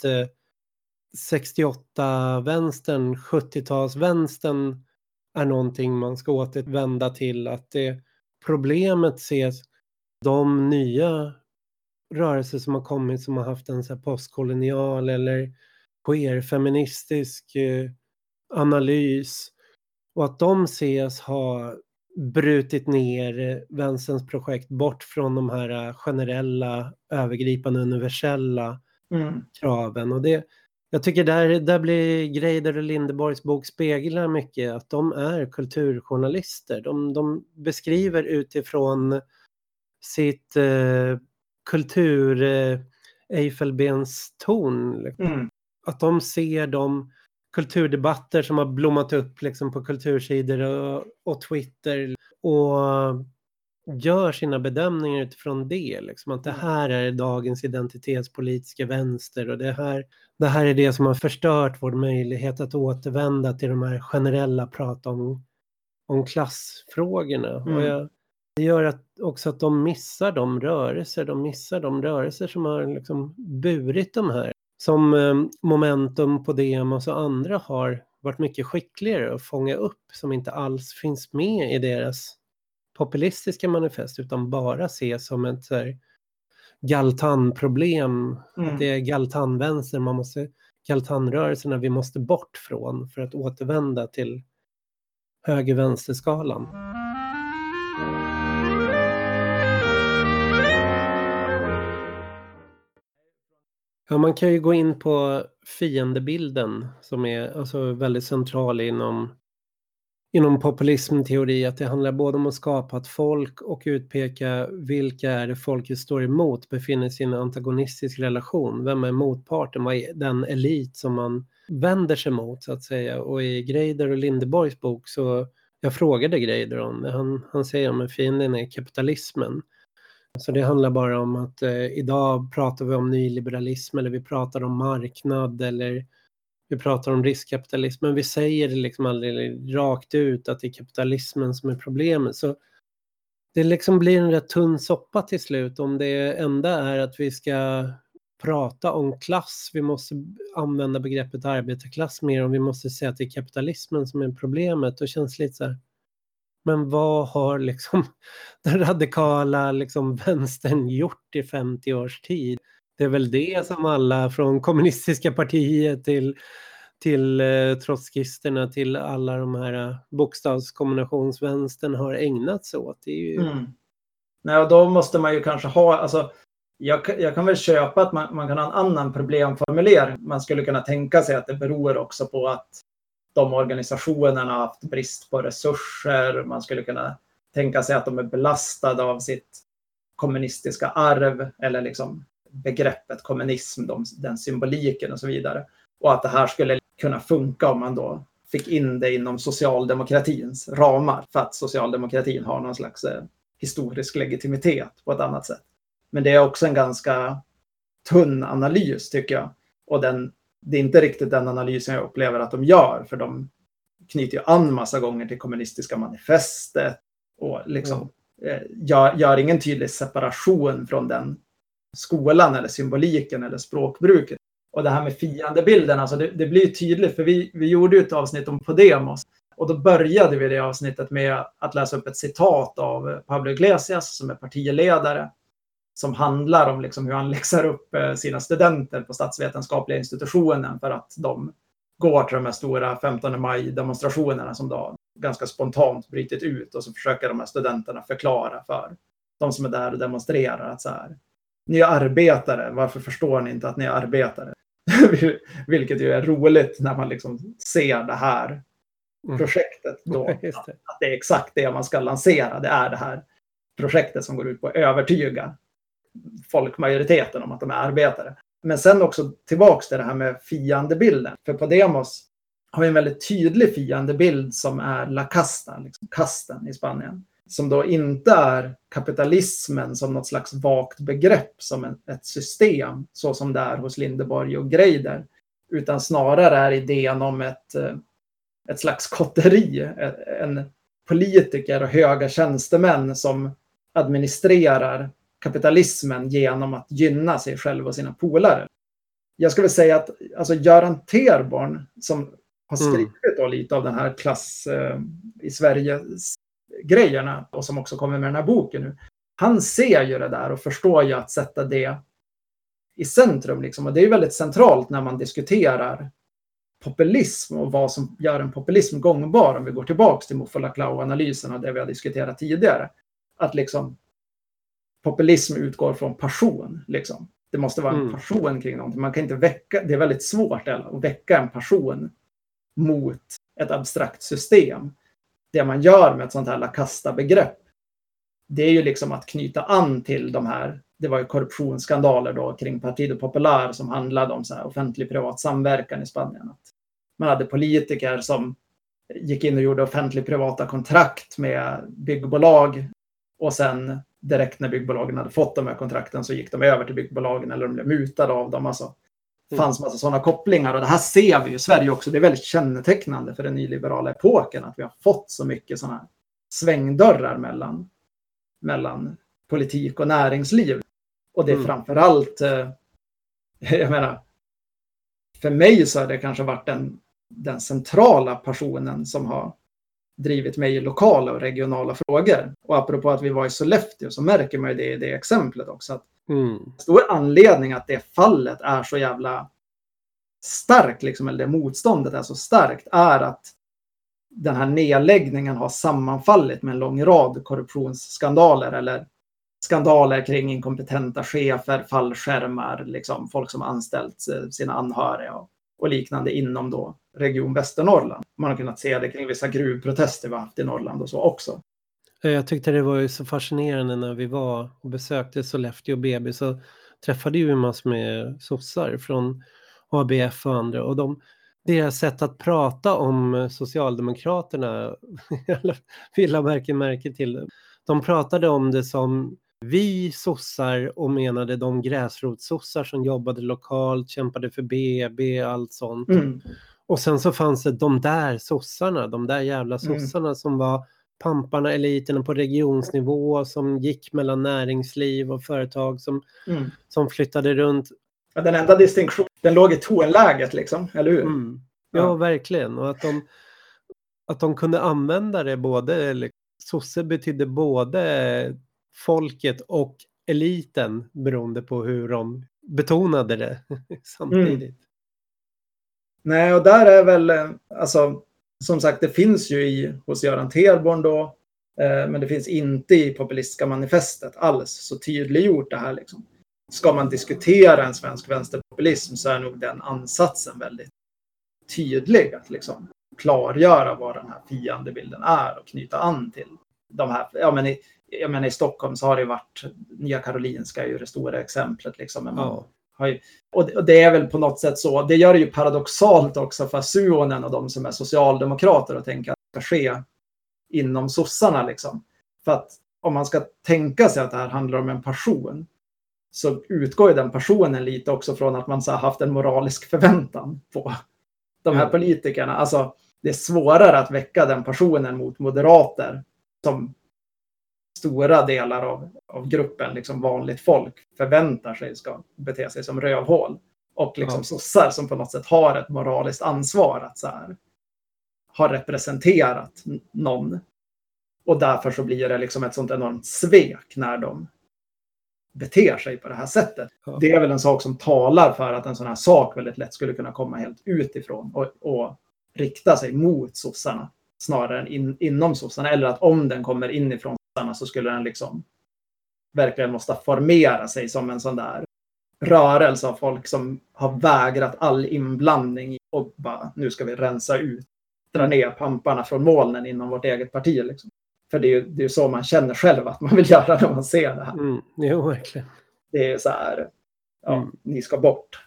Speaker 2: 68-vänstern, 70-talsvänstern är någonting man ska återvända till. Att problemet ses, de nya rörelser som har kommit som har haft en så här postkolonial eller queer-feministisk analys. Och att de ses ha brutit ner vänsterns projekt bort från de här generella, övergripande, universella kraven. Och jag tycker där blir Greider och Linderborgs bok speglar mycket att de är kulturjournalister. De beskriver utifrån sitt kultur Eiffelbenstorn. Att de ser de kulturdebatter som har blommat upp liksom, på kultursidor och Twitter och gör sina bedömningar utifrån det. Liksom, att det här är dagens identitetspolitiska vänster och det här är det som har förstört vår möjlighet att återvända till de här generella prata om klassfrågorna. Och det gör också att de missar de rörelser som har liksom burit de här. Som Momentum, Podemos och andra har varit mycket skickligare att fånga upp som inte alls finns med i deras populistiska manifest utan bara ses som ett så här galtanproblem. Att det är galtanvänster, galtanrörelserna vi måste bort från för att återvända till höger-vänsterskalan. Ja, man kan ju gå in på fiendebilden som är alltså väldigt central inom populismteori, att det handlar både om att skapa ett folk och utpeka vilka är det folket står emot, befinner sig i en antagonistisk relation. Vem är motparten? Vad är den elit som man vänder sig mot så att säga? Och i Greider och Linderborgs bok så jag frågade Greider om det. Han säger om att fienden är kapitalismen. Så det handlar bara om att idag pratar vi om nyliberalism eller vi pratar om marknad eller vi pratar om riskkapitalism. Men vi säger det liksom aldrig rakt ut att det är kapitalismen som är problemet. Så det liksom blir en rätt tunn soppa till slut om det enda är att vi ska prata om klass. Vi måste använda begreppet arbetarklass mer om vi måste säga att det är kapitalismen som är problemet. Och känns lite så här. Men vad har liksom den radikala liksom vänstern gjort i 50 års tid? Det är väl det som alla från kommunistiska partiet till trotskisterna till alla de här bokstavskombinationsvänstern har ägnat sig åt. Det är ju...
Speaker 1: Nej, och då måste man ju kanske ha, alltså jag kan väl köpa att man kan ha en annan problemformulering. Man skulle kunna tänka sig att det beror också på att de organisationerna har haft brist på resurser. Man skulle kunna tänka sig att de är belastade av sitt kommunistiska arv eller liksom begreppet kommunism, den symboliken och så vidare. Och att det här skulle kunna funka om man då fick in det inom socialdemokratins ramar för att socialdemokratin har någon slags historisk legitimitet på ett annat sätt. Men det är också en ganska tunn analys tycker jag. Och det är inte riktigt den analysen jag upplever att de gör, för de knyter ju an massa gånger till kommunistiska manifestet. och liksom gör ingen tydlig separation från den skolan eller symboliken eller språkbruket. Och det här med fiendebilden, alltså det blir tydligt, för vi gjorde ju ett avsnitt om Podemos. Och då började vi det avsnittet med att läsa upp ett citat av Pablo Iglesias som är partiledare, som handlar om liksom hur han läxar upp sina studenter på statsvetenskapliga institutionen för att de går till de här stora 15 maj-demonstrationerna som då ganska spontant brytit ut, och så försöker de här studenterna förklara för de som är där och demonstrerar att så här: ni är arbetare, varför förstår ni inte att ni är arbetare? Vilket ju är roligt när man liksom ser det här projektet då, att det är exakt det man ska lansera. Det är det här projektet som går ut på att övertyga folkmajoriteten om att de är arbetare. Men sen också tillbaks till det här med fiendebilden. För Podemos har en väldigt tydlig fiendebild som är La Casta, liksom kasten i Spanien. Som då inte är kapitalismen som något slags vagt begrepp, som ett system, så som det är hos Lindeborg och Greider. Utan snarare är idén om ett slags kotteri, en politiker och höga tjänstemän som administrerar kapitalismen genom att gynna sig själv och sina polare. Jag skulle säga att alltså Göran Terborn, som har skrivit då lite av den här klass i Sverige-grejerna och som också kommer med den här boken nu, han ser ju det där och förstår ju att sätta det i centrum liksom. Och det är ju väldigt centralt när man diskuterar populism och vad som gör en populism gångbar, om vi går tillbaka till Muffolaklau-analysen och det vi har diskuterat tidigare. Att liksom populism utgår från passion. Liksom. Det måste vara en passion kring någonting. Man kan inte väcka, det är väldigt svårt att väcka en passion mot ett abstrakt system. Det man gör med ett sånt här La Casta-begrepp, det är ju liksom att knyta an till de här, det var ju korruptionsskandaler då kring Partido Popular som handlade om så här offentlig-privat samverkan i Spanien. Att man hade politiker som gick in och gjorde offentlig-privata kontrakt med byggbolag, och sen direkt när byggbolagen hade fått de här kontrakten så gick de över till byggbolagen eller de blev mutade av dem. Alltså, det fanns massa sådana kopplingar, och det här ser vi ju i Sverige också. Det är väldigt kännetecknande för den nyliberala epoken att vi har fått så mycket sådana här svängdörrar mellan politik och näringsliv. Och det är framförallt, jag menar, för mig så har det kanske varit den centrala passionen som har drivit mig i lokala och regionala frågor. Och apropå att vi var i Sollefteå så märker man ju det i det exemplet också. Att stor anledning att det fallet är så jävla starkt, liksom, eller det motståndet är så starkt, är att den här nedläggningen har sammanfallit med en lång rad korruptionsskandaler eller skandaler kring inkompetenta chefer, fallskärmar, liksom, folk som anställt sina anhöriga och liknande inom då Region Västernorrland. Man har kunnat se det kring vissa gruvprotester vi har haft i Norrland och så också.
Speaker 2: Jag tyckte det var ju så fascinerande när vi var och besökte Sollefteå BB, så träffade ju en massa med sossar från ABF och andra, och deras sätt att prata om Socialdemokraterna vill jag verkligen märke till. De pratade om det som vi sossar och menade de gräsrotssossar som jobbade lokalt, kämpade för BB, allt sånt. Och sen så fanns det de där sossarna, de där jävla sossarna som var pamparna, eliterna på regionsnivå, som gick mellan näringsliv och företag som flyttade runt.
Speaker 1: Ja, den enda distinktionen, den låg i tonläget liksom, eller hur?
Speaker 2: Ja, verkligen. Och att de kunde använda det både, sosse betydde både folket och eliten beroende på hur de betonade det samtidigt.
Speaker 1: Nej, och där är väl, alltså, som sagt, det finns ju hos Göran Terborn då, men det finns inte i Populistiska manifestet alls så tydliggjort det här liksom. Ska man diskutera en svensk vänsterpopulism så är nog den ansatsen väldigt tydlig att liksom klargöra vad den här fiendebilden är och knyta an till de här, jag menar i Stockholm så har det varit Nya Karolinska är ju det stora exemplet liksom, men man har ju, och det är väl på något sätt så, det gör det ju paradoxalt också för Suonen och de som är socialdemokrater och tänka att det ska ske inom sossarna liksom. För att om man ska tänka sig att det här handlar om en passion så utgår ju den passionen lite också från att man så har haft en moralisk förväntan på de här politikerna. Alltså det är svårare att väcka den passionen mot moderater som stora delar av gruppen, liksom vanligt folk, förväntar sig ska bete sig som rövhål. Och liksom sossar som på något sätt har ett moraliskt ansvar att så här, ha representerat någon. Och därför så blir det liksom ett sånt enormt svek när de beter sig på det här sättet.
Speaker 2: Ja.
Speaker 1: Det är väl en sak som talar för att en sån här sak väldigt lätt skulle kunna komma helt utifrån och rikta sig mot sossarna snarare än inom sossarna. Eller att om den kommer inifrån sossarna så skulle den liksom verkligen måste formera sig som en sån där rörelse av folk som har vägrat all inblandning och bara, nu ska vi rensa ut, dra ner pamparna från molnen inom vårt eget parti. Liksom. För det är ju så man känner själv att man vill göra när man ser det här.
Speaker 2: Jo, verkligen.
Speaker 1: Det är så här, ni ska bort.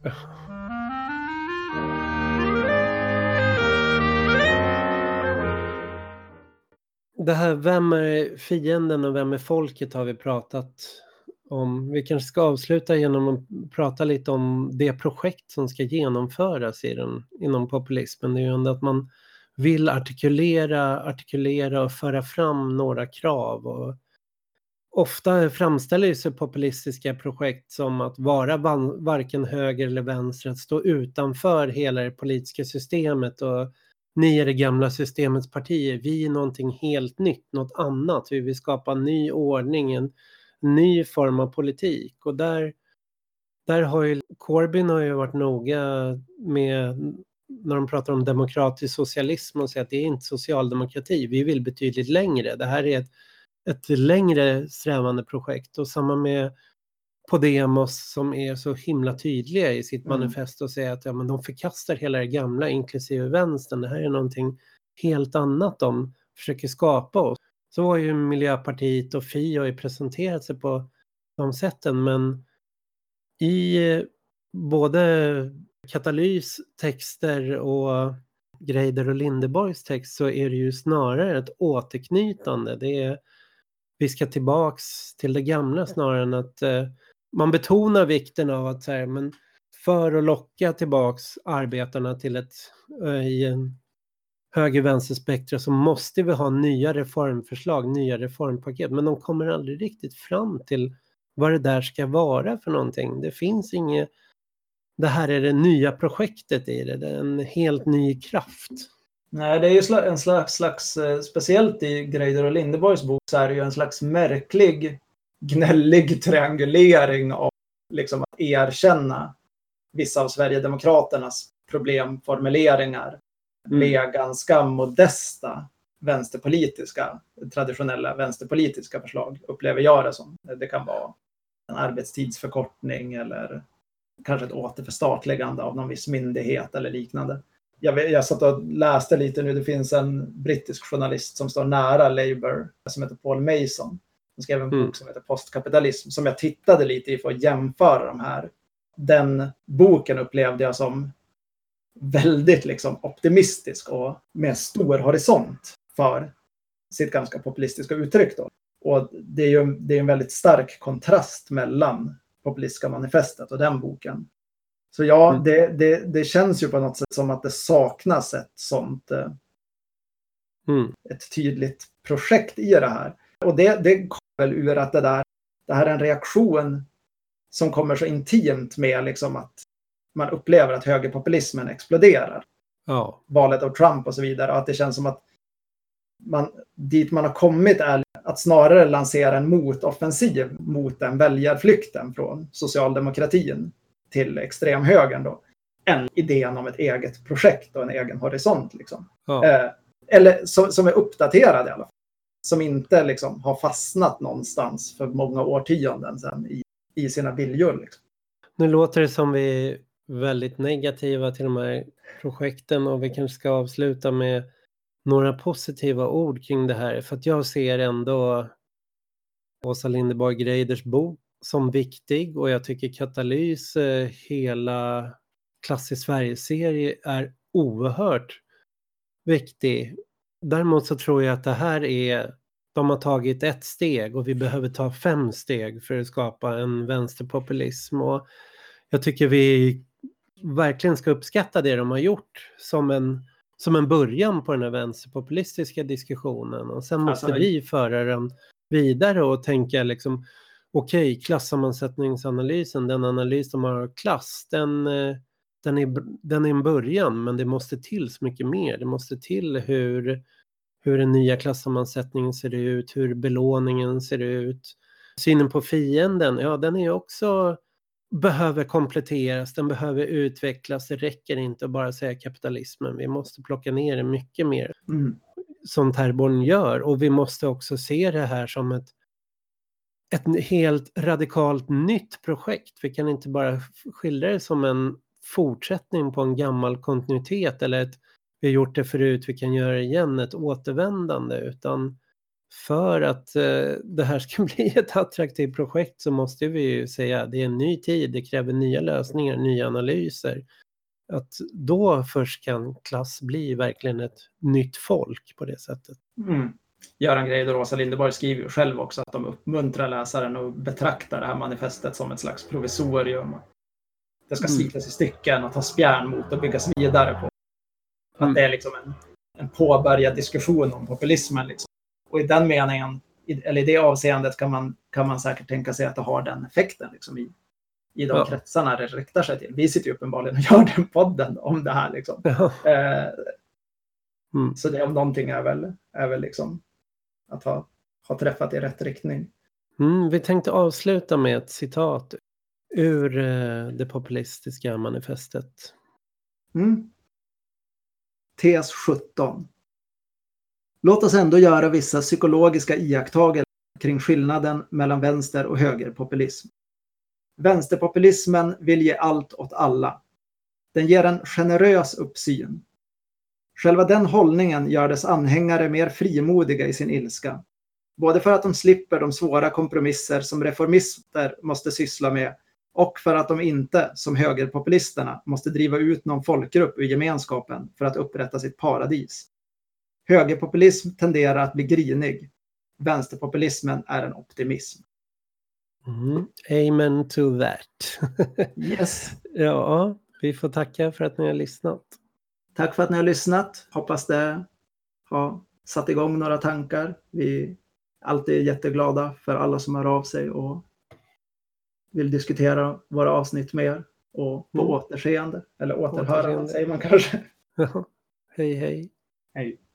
Speaker 2: Det här, vem är fienden och vem är folket har vi pratat om. Vi kanske ska avsluta genom att prata lite om det projekt som ska genomföras inom populismen. Det är ju ändå att man vill artikulera och föra fram några krav. Och ofta framställer sig populistiska projekt som att vara varken höger eller vänster, att stå utanför hela det politiska systemet, och ni är det gamla systemets partier, vi är någonting helt nytt, något annat. Vi vill skapa en ny ordning, en ny form av politik. Och där har ju Corbyn varit noga med, när de pratar om demokratisk socialism, och säger att det är inte socialdemokrati, vi vill betydligt längre. Det här är ett längre strävande projekt, och samma med Podemos som är så himla tydliga i sitt manifest och säger att men de förkastar hela det gamla inklusive vänstern. Det här är någonting helt annat de försöker skapa oss. Så har ju Miljöpartiet och Fi har ju presenterat sig på de sätten, men i både Katalys texter och Greider och Lindeborgs text så är det ju snarare ett återknytande. Det är, vi ska tillbaks till det gamla snarare än att man betonar vikten av att säga, men för att locka tillbaks arbetarna till i en höger-vänster-spektra så måste vi ha nya reformförslag, nya reformpaket. Men de kommer aldrig riktigt fram till vad det där ska vara för någonting. Det finns inget, det här är det nya projektet i det är en helt ny kraft.
Speaker 1: Nej, det är ju en slags speciellt i Greider och Lindeborgs bok så är det ju en slags märklig, gnällig triangulering av liksom att erkänna vissa av Sverigedemokraternas problemformuleringar med ganska modesta traditionella vänsterpolitiska förslag, upplever jag det som. Det kan vara en arbetstidsförkortning eller kanske ett återförstatligande av någon viss myndighet eller liknande. Jag satt och läste lite nu, det finns en brittisk journalist som står nära Labour som heter Paul Mason. Han skrev en bok som heter Postkapitalism som jag tittade lite i för att jämföra de här. Den boken upplevde jag som väldigt liksom optimistisk och med stor horisont för sitt ganska populistiska uttryck då. Och det är en väldigt stark kontrast mellan Populistiska manifestet och den boken. Så ja, det känns ju på något sätt som att det saknas ett sånt ett tydligt projekt i det här. Och det kommer väl ur att det här är en reaktion som kommer så intimt med liksom att man upplever att högerpopulismen exploderar.
Speaker 2: Ja.
Speaker 1: Valet av Trump och så vidare. Och att det känns som att dit man har kommit är att snarare lansera en motoffensiv mot den väljarflykten från socialdemokratin till extremhögern då, än idén om ett eget projekt och en egen horisont liksom.
Speaker 2: Ja.
Speaker 1: Eller som är uppdaterad i alla fall. Som inte liksom har fastnat någonstans för många årtionden sedan i sina viljor liksom.
Speaker 2: Nu låter det som vi är väldigt negativa till de här projekten, och vi kanske ska avsluta med några positiva ord kring det här. För att jag ser ändå Åsa Linderborg Greiders bok som viktig, och jag tycker Katalys hela Klassisk Sverige-serie är oerhört viktig. Däremot så tror jag att det här de har tagit ett steg och vi behöver ta 5 steg för att skapa en vänsterpopulism, och jag tycker vi verkligen ska uppskatta det de har gjort som en början på den här vänsterpopulistiska diskussionen, och sen måste vi föra den vidare och tänka liksom okej, klassammansättningsanalysen, den analys de har av klass, den är en början, men det måste till så mycket mer. Det måste till hur den nya klassammansättningen ser ut, hur belåningen ser ut. Synen på fienden, ja den är också behöver kompletteras, den behöver utvecklas. Det räcker inte att bara säga kapitalismen. Vi måste plocka ner det mycket mer som Terborn gör. Och vi måste också se det här som ett helt radikalt nytt projekt. Vi kan inte bara skildra det som en fortsättning på en gammal kontinuitet eller vi har gjort det förut, vi kan göra det igen, ett återvändande, utan för att det här ska bli ett attraktivt projekt så måste vi ju säga att det är en ny tid, det kräver nya lösningar, nya analyser. Att då först kan klass bli verkligen ett nytt folk på det sättet.
Speaker 1: Göran Greider och Åsa Linderborg skriver ju själv också att de uppmuntrar läsaren att betrakta det här manifestet som ett slags provisorium. Det ska slitas i stycken och ta spjärn mot och byggas vidare på. Att det är liksom en påbörjad diskussion om populismen. Liksom. Och i den meningen, eller i det avseendet kan man säkert tänka sig att det har den effekten liksom, i de kretsarna det riktar sig till. Vi sitter ju uppenbarligen och gör den podden om det här. Liksom. Så det om någonting är väl liksom att ha träffat i rätt riktning.
Speaker 2: Vi tänkte avsluta med ett citat ur det populistiska manifestet.
Speaker 1: Tes 17. Låt oss ändå göra vissa psykologiska iakttagelser kring skillnaden mellan vänster- och högerpopulism. Vänsterpopulismen vill ge allt åt alla. Den ger en generös uppsyn. Själva den hållningen gör dess anhängare mer frimodiga i sin ilska. Både för att de slipper de svåra kompromisser som reformister måste syssla med och för att de inte, som högerpopulisterna, måste driva ut någon folkgrupp ur gemenskapen för att upprätta sitt paradis. Högerpopulism tenderar att bli grinig. Vänsterpopulismen är en optimism.
Speaker 2: Amen to that.
Speaker 1: Yes.
Speaker 2: Ja, vi får tacka för att ni har lyssnat.
Speaker 1: Tack för att ni har lyssnat. Hoppas det har satt igång några tankar. Vi är alltid jätteglada för alla som hör av sig och vill diskutera våra avsnitt mer. Och på återseende. Eller återhörande säger man kanske.
Speaker 2: Hej hej.
Speaker 1: Hej.